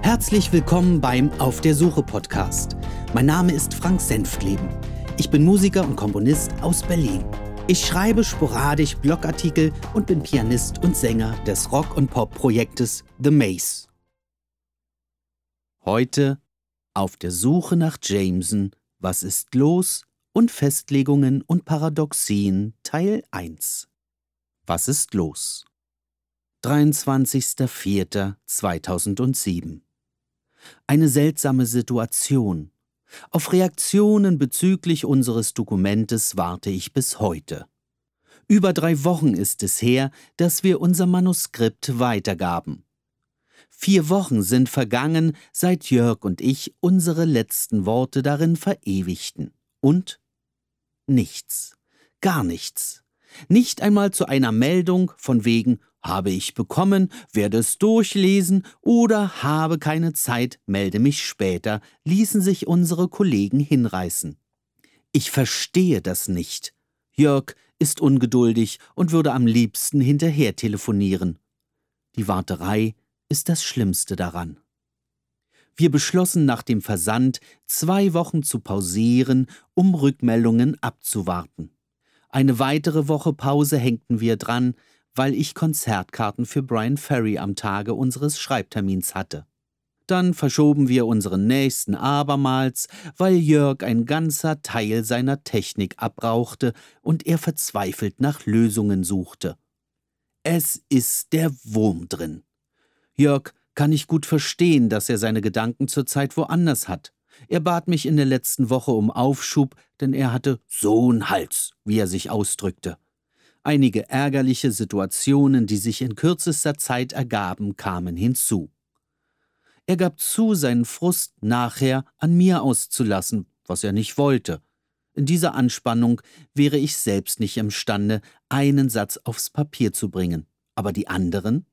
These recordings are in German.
Herzlich willkommen beim Auf der Suche Podcast. Mein Name ist Frank Senftleben. Ich bin Musiker und Komponist aus Berlin. Ich schreibe sporadisch Blogartikel und bin Pianist und Sänger des Rock- und Pop-Projektes The Maze. Heute auf der Suche nach Jameson, was ist los und Festlegungen und Paradoxien Teil 1. Was ist los? 23.04.2007. Eine seltsame Situation. Auf Reaktionen bezüglich unseres Dokumentes warte ich bis heute. Über 3 Wochen ist es her, dass wir unser Manuskript weitergaben. 4 Wochen sind vergangen, seit Jörg und ich unsere letzten Worte darin verewigten. Und nichts. Gar nichts. Nicht einmal zu einer Meldung von wegen habe ich bekommen, werde es durchlesen oder habe keine Zeit, melde mich später, ließen sich unsere Kollegen hinreißen. Ich verstehe das nicht. Jörg ist ungeduldig und würde am liebsten hinterher telefonieren. Die Warterei ist das Schlimmste daran. Wir beschlossen nach dem Versand 2 Wochen zu pausieren, um Rückmeldungen abzuwarten. Eine weitere Woche Pause hängten wir dran, weil ich Konzertkarten für Bryan Ferry am Tage unseres Schreibtermins hatte. Dann verschoben wir unseren nächsten abermals, weil Jörg ein ganzer Teil seiner Technik abbrauchte und er verzweifelt nach Lösungen suchte. Es ist der Wurm drin. Jörg kann ich gut verstehen, dass er seine Gedanken zurzeit woanders hat. Er bat mich in der letzten Woche um Aufschub, denn er hatte so'n Hals, wie er sich ausdrückte. Einige ärgerliche Situationen, die sich in kürzester Zeit ergaben, kamen hinzu. Er gab zu, seinen Frust nachher an mir auszulassen, was er nicht wollte. In dieser Anspannung wäre ich selbst nicht imstande, einen Satz aufs Papier zu bringen. Aber die anderen?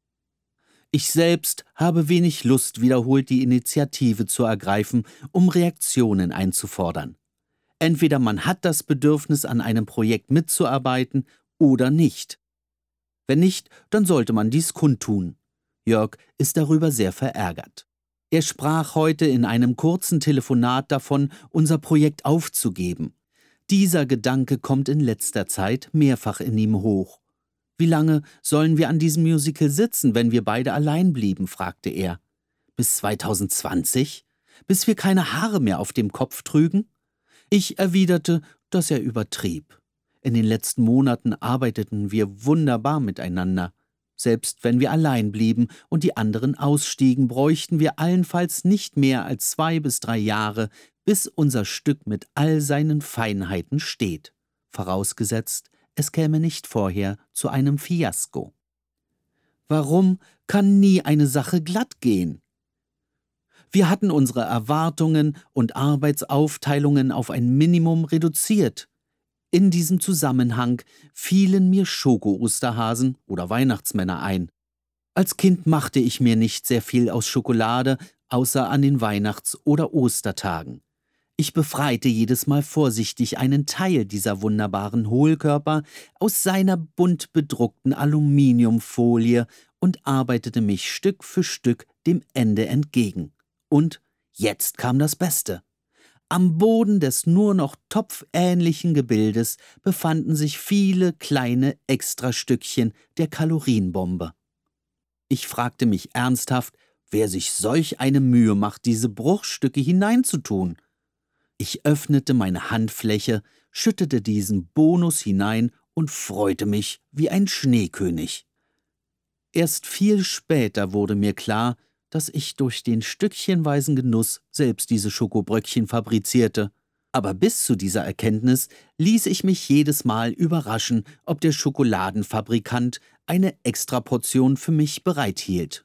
Ich selbst habe wenig Lust, wiederholt die Initiative zu ergreifen, um Reaktionen einzufordern. Entweder man hat das Bedürfnis, an einem Projekt mitzuarbeiten, oder nicht. Wenn nicht, dann sollte man dies kundtun. Jörg ist darüber sehr verärgert. Er sprach heute in einem kurzen Telefonat davon, unser Projekt aufzugeben. Dieser Gedanke kommt in letzter Zeit mehrfach in ihm hoch. Wie lange sollen wir an diesem Musical sitzen, wenn wir beide allein blieben, fragte er. Bis 2020? Bis wir keine Haare mehr auf dem Kopf trügen? Ich erwiderte, dass er übertrieb. In den letzten Monaten arbeiteten wir wunderbar miteinander. Selbst wenn wir allein blieben und die anderen ausstiegen, bräuchten wir allenfalls nicht mehr als 2 bis 3 Jahre, bis unser Stück mit all seinen Feinheiten steht. Vorausgesetzt, es käme nicht vorher zu einem Fiasko. Warum kann nie eine Sache glatt gehen? Wir hatten unsere Erwartungen und Arbeitsaufteilungen auf ein Minimum reduziert. In diesem Zusammenhang fielen mir Schoko-Osterhasen oder Weihnachtsmänner ein. Als Kind machte ich mir nicht sehr viel aus Schokolade, außer an den Weihnachts- oder Ostertagen. Ich befreite jedes Mal vorsichtig einen Teil dieser wunderbaren Hohlkörper aus seiner bunt bedruckten Aluminiumfolie und arbeitete mich Stück für Stück dem Ende entgegen. Und jetzt kam das Beste. Am Boden des nur noch topfähnlichen Gebildes befanden sich viele kleine Extrastückchen der Kalorienbombe. Ich fragte mich ernsthaft, wer sich solch eine Mühe macht, diese Bruchstücke hineinzutun. Ich öffnete meine Handfläche, schüttete diesen Bonus hinein und freute mich wie ein Schneekönig. Erst viel später wurde mir klar, dass ich durch den stückchenweisen Genuss selbst diese Schokobröckchen fabrizierte. Aber bis zu dieser Erkenntnis ließ ich mich jedes Mal überraschen, ob der Schokoladenfabrikant eine Extraportion für mich bereithielt.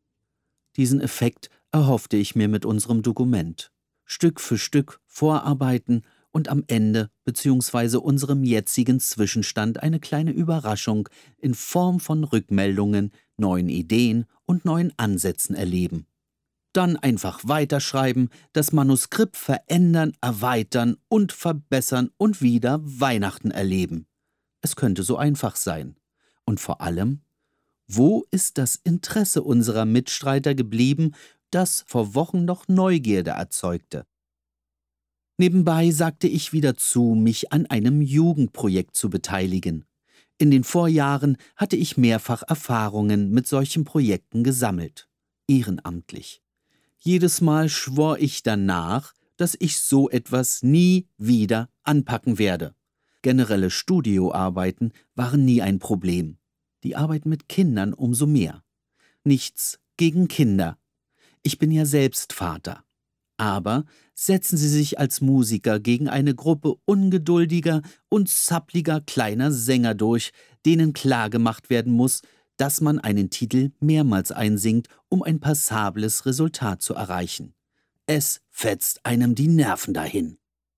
Diesen Effekt erhoffte ich mir mit unserem Dokument. Stück für Stück vorarbeiten und am Ende bzw. unserem jetzigen Zwischenstand eine kleine Überraschung in Form von Rückmeldungen, neuen Ideen und neuen Ansätzen erleben. Dann einfach weiterschreiben, das Manuskript verändern, erweitern und verbessern und wieder Weihnachten erleben. Es könnte so einfach sein. Und vor allem, wo ist das Interesse unserer Mitstreiter geblieben, das vor Wochen noch Neugierde erzeugte. Nebenbei sagte ich wieder zu, mich an einem Jugendprojekt zu beteiligen. In den Vorjahren hatte ich mehrfach Erfahrungen mit solchen Projekten gesammelt, ehrenamtlich. Jedes Mal schwor ich danach, dass ich so etwas nie wieder anpacken werde. Generelle Studioarbeiten waren nie ein Problem. Die Arbeit mit Kindern umso mehr. Nichts gegen Kinder. Ich bin ja selbst Vater. Aber setzen Sie sich als Musiker gegen eine Gruppe ungeduldiger und zappliger kleiner Sänger durch, denen klargemacht werden muss, dass man einen Titel mehrmals einsingt, um ein passables Resultat zu erreichen. Es fetzt einem die Nerven dahin.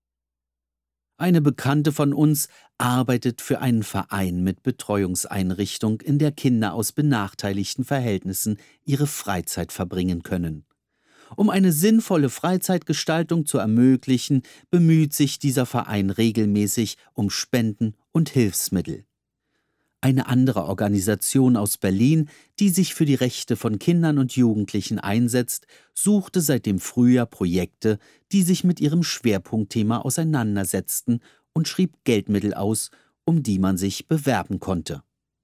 Eine Bekannte von uns arbeitet für einen Verein mit Betreuungseinrichtung, in der Kinder aus benachteiligten Verhältnissen ihre Freizeit verbringen können. Um eine sinnvolle Freizeitgestaltung zu ermöglichen, bemüht sich dieser Verein regelmäßig um Spenden und Hilfsmittel. Eine andere Organisation aus Berlin, die sich für die Rechte von Kindern und Jugendlichen einsetzt, suchte seit dem Frühjahr Projekte, die sich mit ihrem Schwerpunktthema auseinandersetzten und schrieb Geldmittel aus, um die man sich bewerben konnte.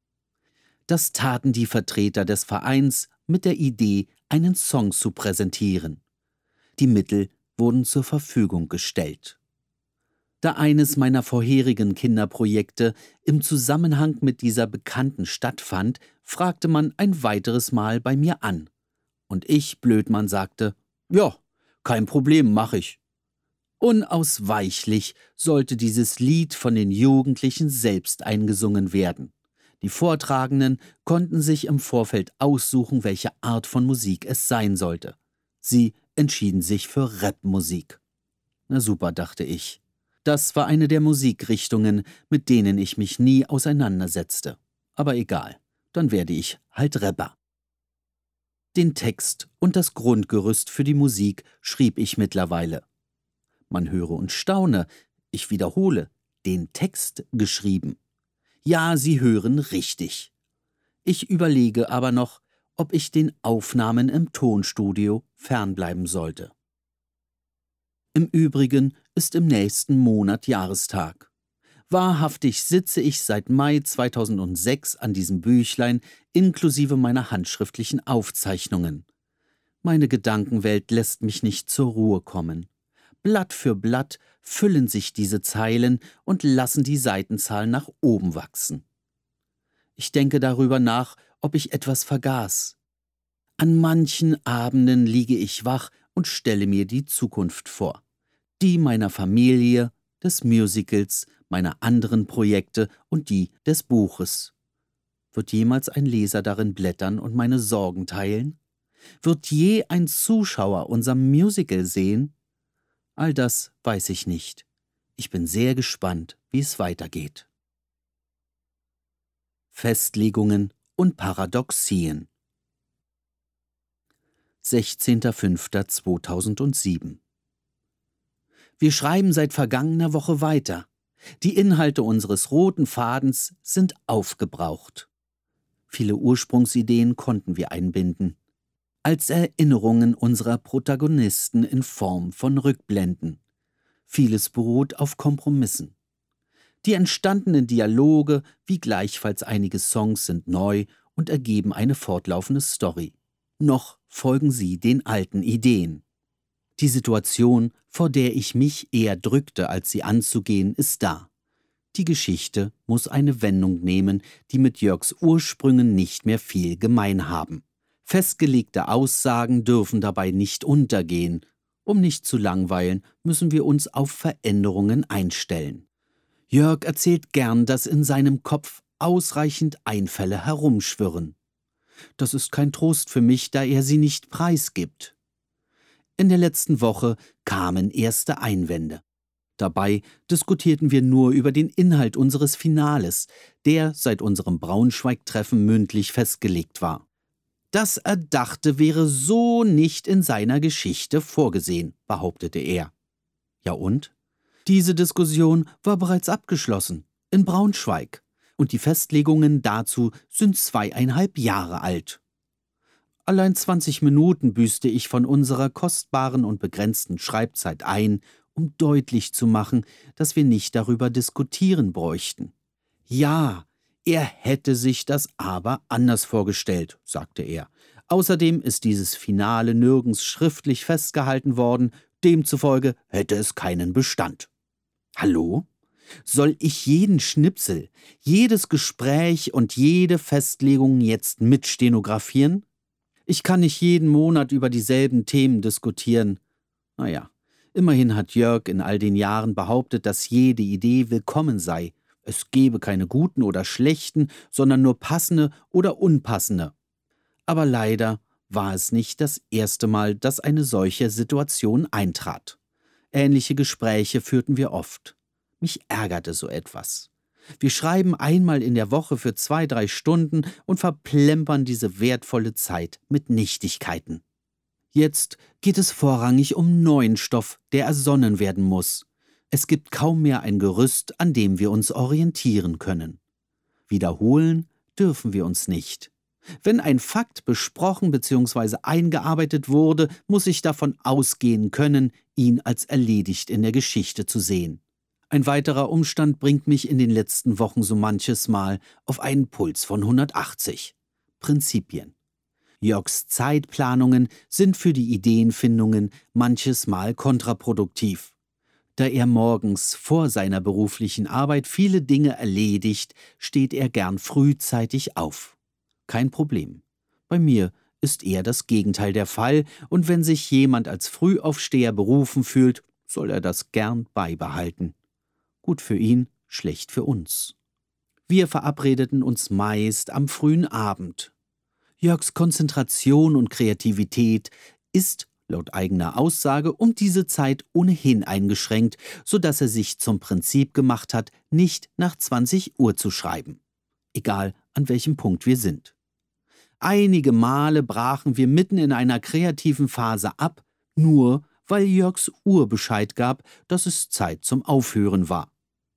Das taten die Vertreter des Vereins mit der Idee, einen Song zu präsentieren. Die Mittel wurden zur Verfügung gestellt. Da eines meiner vorherigen Kinderprojekte im Zusammenhang mit dieser Bekannten stattfand, fragte man ein weiteres Mal bei mir an. Und ich, Blödmann, sagte, ja, kein Problem, mach ich. Unausweichlich sollte dieses Lied von den Jugendlichen selbst eingesungen werden. Die Vortragenden konnten sich im Vorfeld aussuchen, welche Art von Musik es sein sollte. Sie entschieden sich für Rapmusik. Na super, dachte ich. Das war eine der Musikrichtungen, mit denen ich mich nie auseinandersetzte. Aber egal, dann werde ich halt Rapper. Den Text und das Grundgerüst für die Musik schrieb ich mittlerweile. Man höre und staune, ich wiederhole, den Text geschrieben. Ja, Sie hören richtig. Ich überlege aber noch, ob ich den Aufnahmen im Tonstudio fernbleiben sollte. Im Übrigen ist im nächsten Monat Jahrestag. Wahrhaftig sitze ich seit Mai 2006 an diesem Büchlein inklusive meiner handschriftlichen Aufzeichnungen. Meine Gedankenwelt lässt mich nicht zur Ruhe kommen. Blatt für Blatt füllen sich diese Zeilen und lassen die Seitenzahl nach oben wachsen. Ich denke darüber nach, ob ich etwas vergaß. An manchen Abenden liege ich wach und stelle mir die Zukunft vor. Die meiner Familie, des Musicals, meiner anderen Projekte und die des Buches. Wird jemals ein Leser darin blättern und meine Sorgen teilen? Wird je ein Zuschauer unser Musical sehen? All das weiß ich nicht. Ich bin sehr gespannt, wie es weitergeht. Festlegungen und Paradoxien. 16.05.2007. Wir schreiben seit vergangener Woche weiter. Die Inhalte unseres roten Fadens sind aufgebraucht. Viele Ursprungsideen konnten wir einbinden. Als Erinnerungen unserer Protagonisten in Form von Rückblenden. Vieles beruht auf Kompromissen. Die entstandenen Dialoge, wie gleichfalls einige Songs, sind neu und ergeben eine fortlaufende Story. Noch folgen sie den alten Ideen. Die Situation, vor der ich mich eher drückte, als sie anzugehen, ist da. Die Geschichte muss eine Wendung nehmen, die mit Jörgs Ursprüngen nicht mehr viel gemein haben. Festgelegte Aussagen dürfen dabei nicht untergehen. Um nicht zu langweilen, müssen wir uns auf Veränderungen einstellen. Jörg erzählt gern, dass in seinem Kopf ausreichend Einfälle herumschwirren. Das ist kein Trost für mich, da er sie nicht preisgibt. In der letzten Woche kamen erste Einwände. Dabei diskutierten wir nur über den Inhalt unseres Finales, der seit unserem Braunschweig-Treffen mündlich festgelegt war. Das Erdachte wäre so nicht in seiner Geschichte vorgesehen, behauptete er. Ja und? Diese Diskussion war bereits abgeschlossen, in Braunschweig, und die Festlegungen dazu sind 2,5 Jahre alt. Allein 20 Minuten büßte ich von unserer kostbaren und begrenzten Schreibzeit ein, um deutlich zu machen, dass wir nicht darüber diskutieren bräuchten. Ja, er hätte sich das aber anders vorgestellt, sagte er. Außerdem ist dieses Finale nirgends schriftlich festgehalten worden, demzufolge hätte es keinen Bestand. Hallo? Soll ich jeden Schnipsel, jedes Gespräch und jede Festlegung jetzt mitstenografieren? Ich kann nicht jeden Monat über dieselben Themen diskutieren. Naja, immerhin hat Jörg in all den Jahren behauptet, dass jede Idee willkommen sei. Es gebe keine guten oder schlechten, sondern nur passende oder unpassende. Aber leider war es nicht das erste Mal, dass eine solche Situation eintrat. Ähnliche Gespräche führten wir oft. Mich ärgerte so etwas. Wir schreiben einmal in der Woche für 2, 3 Stunden und verplempern diese wertvolle Zeit mit Nichtigkeiten. Jetzt geht es vorrangig um neuen Stoff, der ersonnen werden muss. Es gibt kaum mehr ein Gerüst, an dem wir uns orientieren können. Wiederholen dürfen wir uns nicht. Wenn ein Fakt besprochen bzw. eingearbeitet wurde, muss ich davon ausgehen können, ihn als erledigt in der Geschichte zu sehen. Ein weiterer Umstand bringt mich in den letzten Wochen so manches Mal auf einen Puls von 180. Prinzipien. Jörgs Zeitplanungen sind für die Ideenfindungen manches Mal kontraproduktiv. Da er morgens vor seiner beruflichen Arbeit viele Dinge erledigt, steht er gern frühzeitig auf. Kein Problem. Bei mir ist eher das Gegenteil der Fall, und wenn sich jemand als Frühaufsteher berufen fühlt, soll er das gern beibehalten. Gut für ihn, schlecht für uns. Wir verabredeten uns meist am frühen Abend. Jörgs Konzentration und Kreativität ist, laut eigener Aussage, um diese Zeit ohnehin eingeschränkt, sodass er sich zum Prinzip gemacht hat, nicht nach 20 Uhr zu schreiben. Egal, an welchem Punkt wir sind. Einige Male brachen wir mitten in einer kreativen Phase ab, nur weil Jörgs Uhr Bescheid gab, dass es Zeit zum Aufhören war.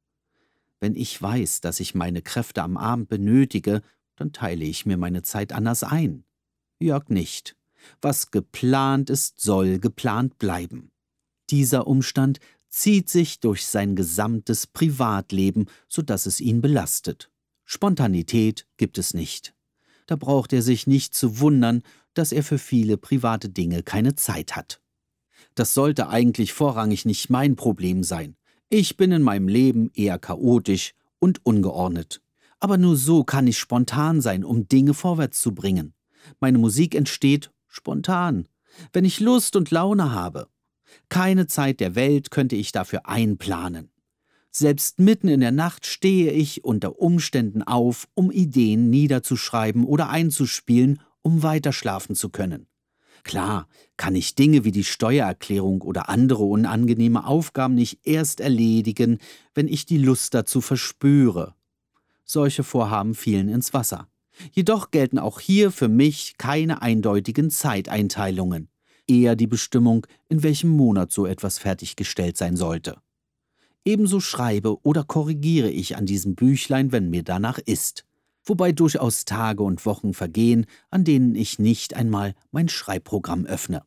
Wenn ich weiß, dass ich meine Kräfte am Abend benötige, dann teile ich mir meine Zeit anders ein. Jörg nicht. Was geplant ist, soll geplant bleiben. Dieser Umstand zieht sich durch sein gesamtes Privatleben, sodass es ihn belastet. Spontanität gibt es nicht. Da braucht er sich nicht zu wundern, dass er für viele private Dinge keine Zeit hat. Das sollte eigentlich vorrangig nicht mein Problem sein. Ich bin in meinem Leben eher chaotisch und ungeordnet. Aber nur so kann ich spontan sein, um Dinge vorwärts zu bringen. Meine Musik entsteht spontan, wenn ich Lust und Laune habe. Keine Zeit der Welt könnte ich dafür einplanen. Selbst mitten in der Nacht stehe ich unter Umständen auf, um Ideen niederzuschreiben oder einzuspielen, um weiterschlafen zu können. Klar, kann ich Dinge wie die Steuererklärung oder andere unangenehme Aufgaben nicht erst erledigen, wenn ich die Lust dazu verspüre. Solche Vorhaben fielen ins Wasser. Jedoch gelten auch hier für mich keine eindeutigen Zeiteinteilungen, eher die Bestimmung, in welchem Monat so etwas fertiggestellt sein sollte. Ebenso schreibe oder korrigiere ich an diesem Büchlein, wenn mir danach ist, wobei durchaus Tage und Wochen vergehen, an denen ich nicht einmal mein Schreibprogramm öffne.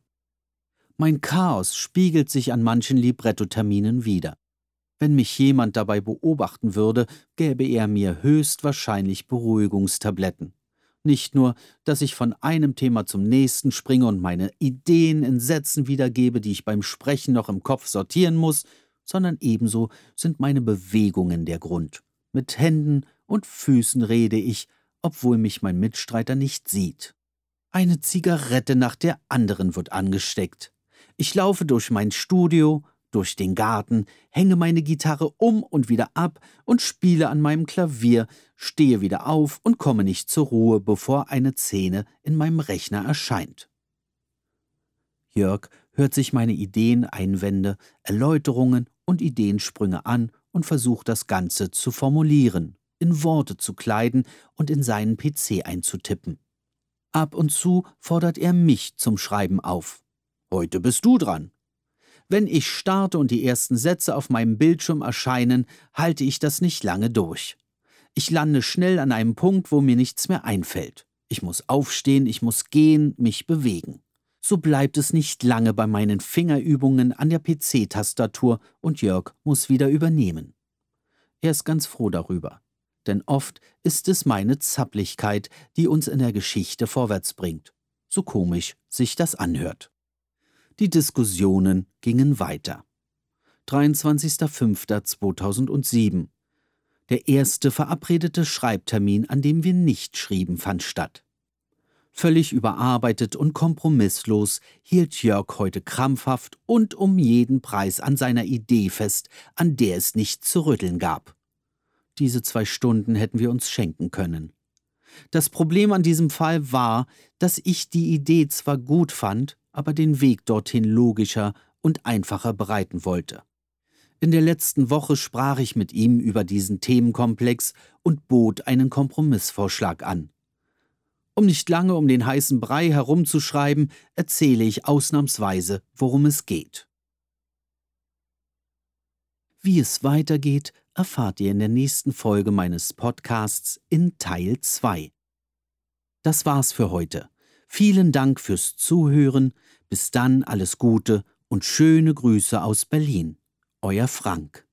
Mein Chaos spiegelt sich an manchen Librettoterminen wider. Wenn mich jemand dabei beobachten würde, gäbe er mir höchstwahrscheinlich Beruhigungstabletten. Nicht nur, dass ich von einem Thema zum nächsten springe und meine Ideen in Sätzen wiedergebe, die ich beim Sprechen noch im Kopf sortieren muss, sondern ebenso sind meine Bewegungen der Grund. Mit Händen und Füßen rede ich, obwohl mich mein Mitstreiter nicht sieht. Eine Zigarette nach der anderen wird angesteckt. Ich laufe durch mein Studio, durch den Garten, hänge meine Gitarre um und wieder ab und spiele an meinem Klavier, stehe wieder auf und komme nicht zur Ruhe, bevor eine Szene in meinem Rechner erscheint. Jörg hört sich meine Ideen, Einwände, Erläuterungen und Ideensprünge an und versucht das Ganze zu formulieren, in Worte zu kleiden und in seinen PC einzutippen. Ab und zu fordert er mich zum Schreiben auf. »Heute bist du dran.« Wenn ich starte und die ersten Sätze auf meinem Bildschirm erscheinen, halte ich das nicht lange durch. Ich lande schnell an einem Punkt, wo mir nichts mehr einfällt. Ich muss aufstehen, ich muss gehen, mich bewegen. So bleibt es nicht lange bei meinen Fingerübungen an der PC-Tastatur und Jörg muss wieder übernehmen. Er ist ganz froh darüber, denn oft ist es meine Zapplichkeit, die uns in der Geschichte vorwärts bringt. So komisch sich das anhört. Die Diskussionen gingen weiter. 23.05.2007. Der erste verabredete Schreibtermin, an dem wir nicht schrieben, fand statt. Völlig überarbeitet und kompromisslos hielt Jörg heute krampfhaft und um jeden Preis an seiner Idee fest, an der es nichts zu rütteln gab. Diese 2 Stunden hätten wir uns schenken können. Das Problem an diesem Fall war, dass ich die Idee zwar gut fand, aber den Weg dorthin logischer und einfacher bereiten wollte. In der letzten Woche sprach ich mit ihm über diesen Themenkomplex und bot einen Kompromissvorschlag an. Um nicht lange um den heißen Brei herumzuschreiben, erzähle ich ausnahmsweise, worum es geht. Wie es weitergeht, erfahrt ihr in der nächsten Folge meines Podcasts in Teil 2. Das war's für heute. Vielen Dank fürs Zuhören. Bis dann alles Gute und schöne Grüße aus Berlin. Euer Frank.